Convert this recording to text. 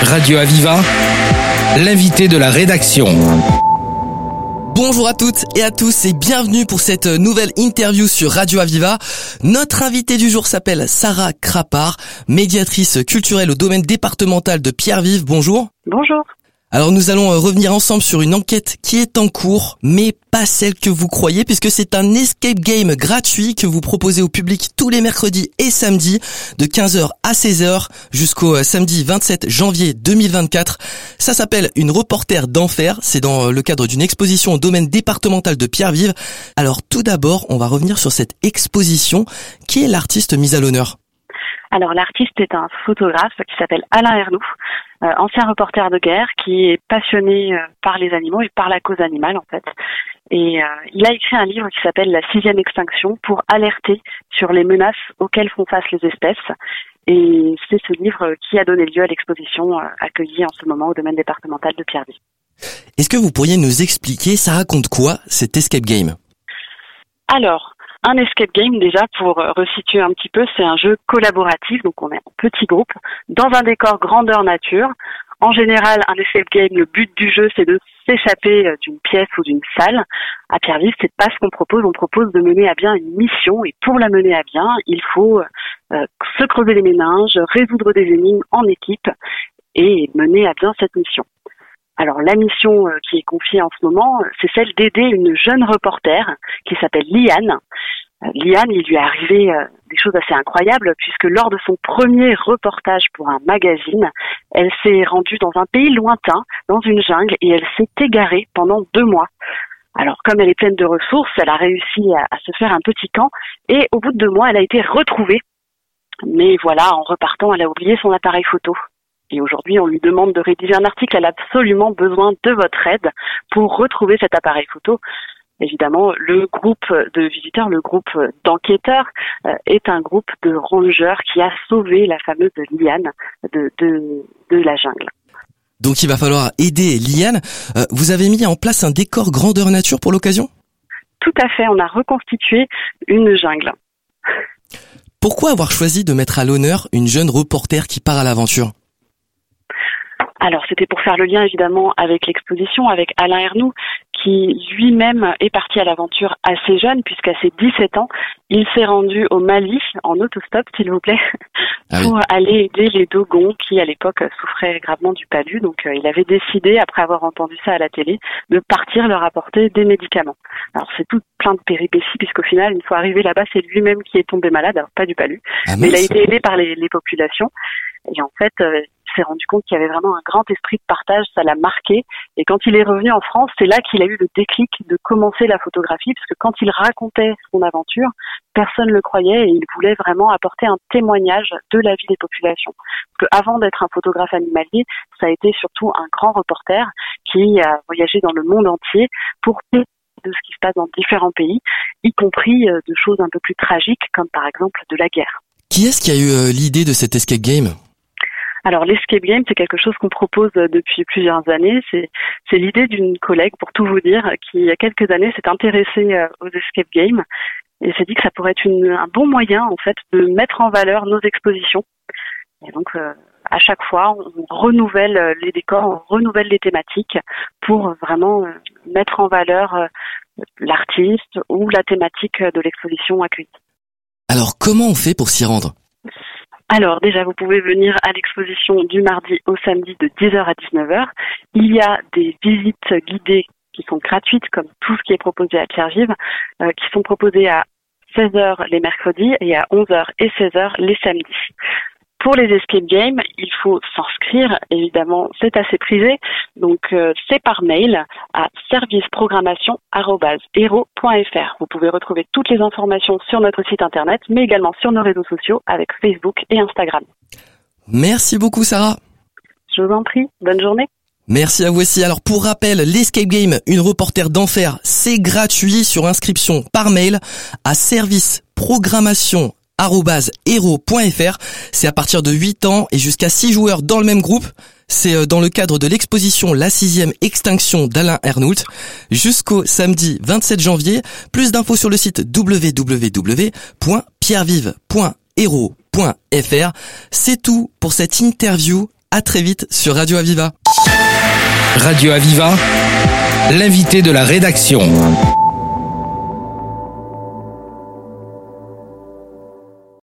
Radio Aviva, l'invité de la rédaction. Bonjour à toutes et à tous et bienvenue pour cette nouvelle interview sur Radio Aviva. Notre invitée du jour s'appelle Sarah Crapard, médiatrice culturelle au domaine départemental de Pierre-Vive. Bonjour. Bonjour. Alors nous allons revenir ensemble sur une enquête qui est en cours, mais pas celle que vous croyez, puisque c'est un escape game gratuit que vous proposez au public tous les mercredis et samedis de 15h à 16h jusqu'au samedi 27 janvier 2024. Ça s'appelle Une reporter d'enfer, c'est dans le cadre d'une exposition au domaine départemental de Pierre-Vive. Alors tout d'abord, on va revenir sur cette exposition. Qui est l'artiste mise à l'honneur ? Alors l'artiste est un photographe qui s'appelle Alain Ernoult, ancien reporter de guerre qui est passionné par les animaux et par la cause animale en fait. Et il a écrit un livre qui s'appelle La 6e extinction pour alerter sur les menaces auxquelles font face les espèces. Et c'est ce livre qui a donné lieu à l'exposition accueillie en ce moment au domaine départemental de Pierre-Vive. Est-ce que vous pourriez nous expliquer, ça raconte quoi cet escape game ? Alors, un escape game, déjà, pour resituer un petit peu, c'est un jeu collaboratif, donc on est en petit groupe, dans un décor grandeur nature. En général, un escape game, le but du jeu, c'est de s'échapper d'une pièce ou d'une salle. À Pierre-Vive, c'est pas ce qu'on propose. On propose de mener à bien une mission, et pour la mener à bien, il faut se creuser les méninges, résoudre des énigmes en équipe et mener à bien cette mission. Alors la mission qui est confiée en ce moment, c'est celle d'aider une jeune reporter qui s'appelle Liane. Liane, il lui est arrivé des choses assez incroyables puisque lors de son premier reportage pour un magazine, elle s'est rendue dans un pays lointain, dans une jungle, et elle s'est égarée pendant 2 mois. Alors comme elle est pleine de ressources, elle a réussi à se faire un petit camp et au bout de 2 mois, elle a été retrouvée. Mais voilà, en repartant, elle a oublié son appareil photo. Et aujourd'hui, on lui demande de rédiger un article. Elle a absolument besoin de votre aide pour retrouver cet appareil photo. Évidemment, le groupe de visiteurs, le groupe d'enquêteurs est un groupe de rangers qui a sauvé la fameuse Liane de la jungle. Donc il va falloir aider Liane. Vous avez mis en place un décor grandeur nature pour l'occasion ? Tout à fait, on a reconstitué une jungle. Pourquoi avoir choisi de mettre à l'honneur une jeune reporter qui part à l'aventure ? Alors, c'était pour faire le lien, évidemment, avec l'exposition, avec Alain Ernoult, qui lui-même est parti à l'aventure assez jeune, puisqu'à ses 17 ans, il s'est rendu au Mali, en autostop, s'il vous plaît, pour aller aider les Dogons, qui, à l'époque, souffraient gravement du palu. Donc, il avait décidé, après avoir entendu ça à la télé, de partir leur apporter des médicaments. Alors, c'est tout plein de péripéties, puisqu'au final, une fois arrivé là-bas, c'est lui-même qui est tombé malade, alors pas du palu. Mais il a été aidé par les populations. Et en fait, il s'est rendu compte qu'il y avait vraiment un grand esprit de partage, ça l'a marqué. Et quand il est revenu en France, c'est là qu'il a eu le déclic de commencer la photographie, parce que quand il racontait son aventure, personne ne le croyait et il voulait vraiment apporter un témoignage de la vie des populations. Parce qu'avant d'être un photographe animalier, ça a été surtout un grand reporter qui a voyagé dans le monde entier pour parler de ce qui se passe dans différents pays, y compris de choses un peu plus tragiques, comme par exemple de la guerre. Qui est-ce qui a eu l'idée de cet escape game ? Alors l'escape game, c'est quelque chose qu'on propose depuis plusieurs années. C'est l'idée d'une collègue, pour tout vous dire, qui il y a quelques années s'est intéressée aux escape games et s'est dit que ça pourrait être un bon moyen en fait de mettre en valeur nos expositions. Et donc à chaque fois, on renouvelle les décors, on renouvelle les thématiques pour vraiment mettre en valeur l'artiste ou la thématique de l'exposition accueillie. Alors comment on fait pour s'y rendre ? Alors déjà, vous pouvez venir à l'exposition du mardi au samedi de 10h à 19h. Il y a des visites guidées qui sont gratuites, comme tout ce qui est proposé à Pierre-Vive, qui sont proposées à 16h les mercredis et à 11h et 16h les samedis. Pour les escape games, il faut s'inscrire, évidemment, c'est assez privé, donc c'est par mail à serviceprogrammation@hero.fr. Vous pouvez retrouver toutes les informations sur notre site internet, mais également sur nos réseaux sociaux avec Facebook et Instagram. Merci beaucoup Sarah. Je vous en prie, bonne journée. Merci à vous aussi. Alors pour rappel, l'escape game Une reporter d'enfer, c'est gratuit sur inscription par mail à serviceprogrammation@hero.fr. C'est à partir de 8 ans et jusqu'à 6 joueurs dans le même groupe. C'est dans le cadre de l'exposition La 6e extinction d'Alain Ernoult jusqu'au samedi 27 janvier. Plus d'infos sur le site www.pierrevive.hero.fr. C'est tout pour cette interview. À très vite sur Radio Aviva. Radio Aviva, l'invité de la rédaction.